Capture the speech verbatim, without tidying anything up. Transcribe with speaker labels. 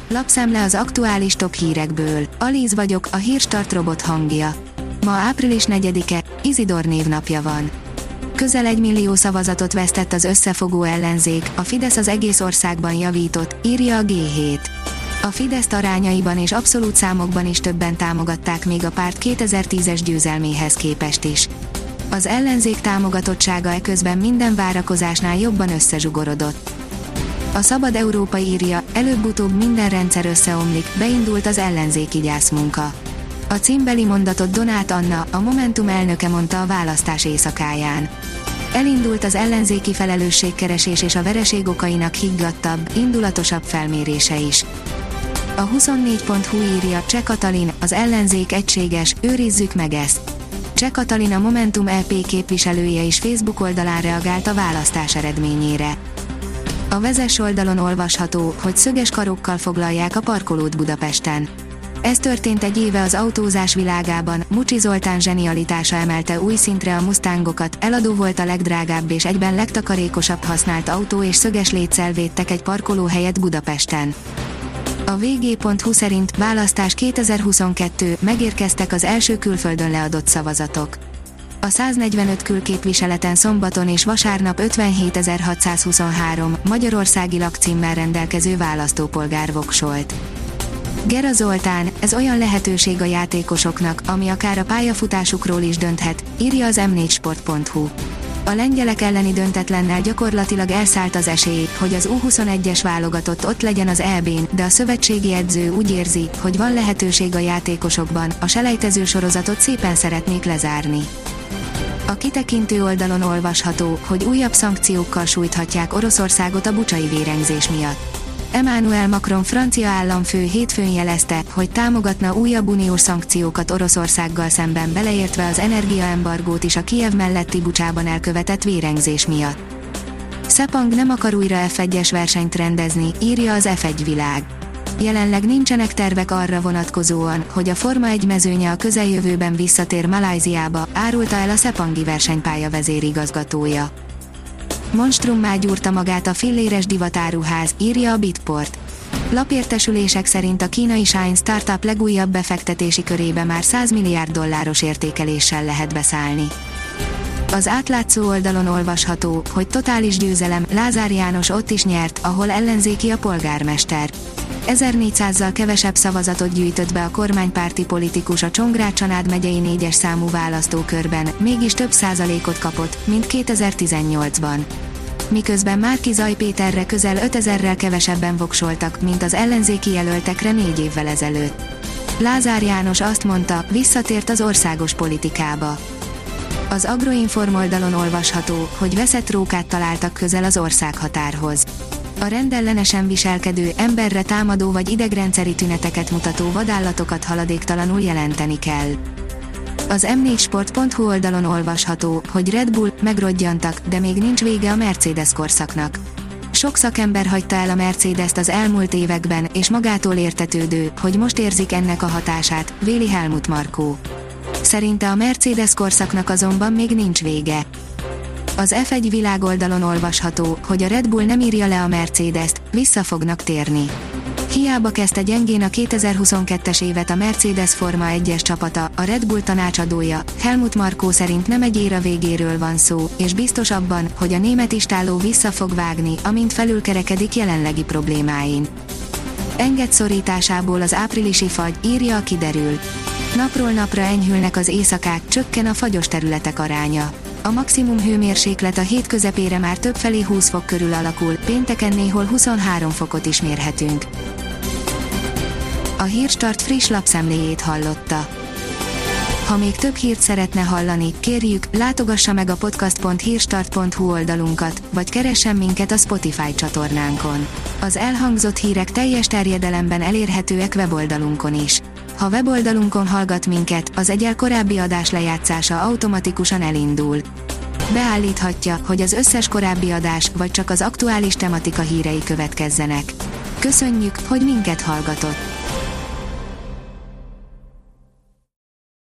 Speaker 1: Lapszemle az aktuális top hírekből. Alíz vagyok, a Hírstart robot hangja. Ma április negyedike, Izidor névnapja van. Közel egy millió szavazatot vesztett az összefogó ellenzék, a Fidesz az egész országban javított, írja a gé hét. A Fideszt arányaiban és abszolút számokban is többen támogatták még a párt kétezer-tízes győzelméhez képest is. Az ellenzék támogatottsága eközben minden várakozásnál jobban összezsugorodott. A Szabad Európa írja, előbb-utóbb minden rendszer összeomlik, beindult az ellenzéki gyászmunka. A címbeli mondatot Donát Anna, a Momentum elnöke mondta a választás éjszakáján. Elindult az ellenzéki felelősségkeresés és a vereség okainak higgadtabb, indulatosabb felmérése is. A huszonnégy pont hu írja, Cseh Katalin, az ellenzék egységes, őrizzük meg ezt. Cseh Katalin, a Momentum é pé képviselője is Facebook oldalán reagált a választás eredményére. A Vezess oldalon olvasható, hogy szöges karokkal foglalják a parkolót Budapesten. Ez történt egy éve az autózás világában, Mucsi Zoltán zsenialitása emelte új szintre a Mustangokat, eladó volt a legdrágább és egyben legtakarékosabb használt autó és szöges léccel védtek egy parkolóhelyet Budapesten. A vé gé pont hu szerint választás kétezer-huszonkettő, megérkeztek az első külföldön leadott szavazatok. A száznegyvenöt külképviseleten szombaton és vasárnap ötvenhétezer-hatszázhuszonhárom magyarországi lakcímmel rendelkező választópolgár voksolt. Gera Zoltán, ez olyan lehetőség a játékosoknak, ami akár a pályafutásukról is dönthet, írja az em négy sport pont hu. A lengyelek elleni döntetlennel gyakorlatilag elszállt az esély, hogy az U huszonegyes válogatott ott legyen az é bén, de a szövetségi edző úgy érzi, hogy van lehetőség a játékosokban, a selejtező sorozatot szépen szeretnék lezárni. A kitekintő oldalon olvasható, hogy újabb szankciókkal sújthatják Oroszországot a bucsai vérengzés miatt. Emmanuel Macron francia államfő hétfőn jelezte, hogy támogatna újabb uniós szankciókat Oroszországgal szemben, beleértve az energiaembargót is a Kijev melletti Bucsában elkövetett vérengzés miatt. Sepang nem akar újra ef egyes versenyt rendezni, írja az ef egy világ. Jelenleg nincsenek tervek arra vonatkozóan, hogy a Forma egy mezőnye a közeljövőben visszatér Malajziába, árulta el a Sepangi versenypálya vezérigazgatója. Monstrummá gyúrta magát a filléres divatáruház, írja a Bitport. Lapértesülések szerint a kínai Shine Startup legújabb befektetési körébe már száz milliárd dolláros értékeléssel lehet beszállni. Az átlátszó oldalon olvasható, hogy totális győzelem, Lázár János ott is nyert, ahol ellenzéki a polgármester. ezernégyszázzal kevesebb szavazatot gyűjtött be a kormánypárti politikus a Csongrád-Csanád megyei négyes számú választókörben, mégis több százalékot kapott, mint kétezer-tizennyolcban. Miközben Márki Zay Péterre közel ötezerrel kevesebben voksoltak, mint az ellenzéki jelöltekre négy évvel ezelőtt. Lázár János azt mondta, visszatért az országos politikába. Az Agroinform oldalon olvasható, hogy veszett rókát találtak közel az országhatárhoz. A rendellenesen viselkedő, emberre támadó vagy idegrendszeri tüneteket mutató vadállatokat haladéktalanul jelenteni kell. Az em négy sport pont hu oldalon olvasható, hogy Red Bull, megrodjantak, de még nincs vége a Mercedes korszaknak. Sok szakember hagyta el a Mercedest az elmúlt években, és magától értetődő, hogy most érzik ennek a hatását, véli Helmut Markó. Szerinte a Mercedes korszaknak azonban még nincs vége. Az ef egy világ oldalon olvasható, hogy a Red Bull nem írja le a Mercedest, vissza fognak térni. Hiába kezdte gyengén a kétezer-huszonkettes évet a Mercedes Forma egyes csapata, a Red Bull tanácsadója, Helmut Markó szerint nem egy éra végéről van szó, és biztos abban, hogy a német istáló vissza fog vágni, amint felülkerekedik jelenlegi problémáin. Enged szorításából az áprilisi fagy, írja a Kiderül. Napról napra enyhülnek az éjszakák, csökken a fagyos területek aránya. A maximum hőmérséklet a hét közepére már többfelé húsz fok körül alakul, pénteken néhol huszonhárom fokot is mérhetünk. A Hírstart friss lapszemléjét hallotta. Ha még több hírt szeretne hallani, kérjük, látogassa meg a podcast pont hírstart pont hu oldalunkat, vagy keressen minket a Spotify csatornánkon. Az elhangzott hírek teljes terjedelemben elérhetőek weboldalunkon is. Ha weboldalunkon hallgat minket, az egyel korábbi adás lejátszása automatikusan elindul. Beállíthatja, hogy az összes korábbi adás, vagy csak az aktuális tematika hírei következzenek. Köszönjük, hogy minket hallgatott!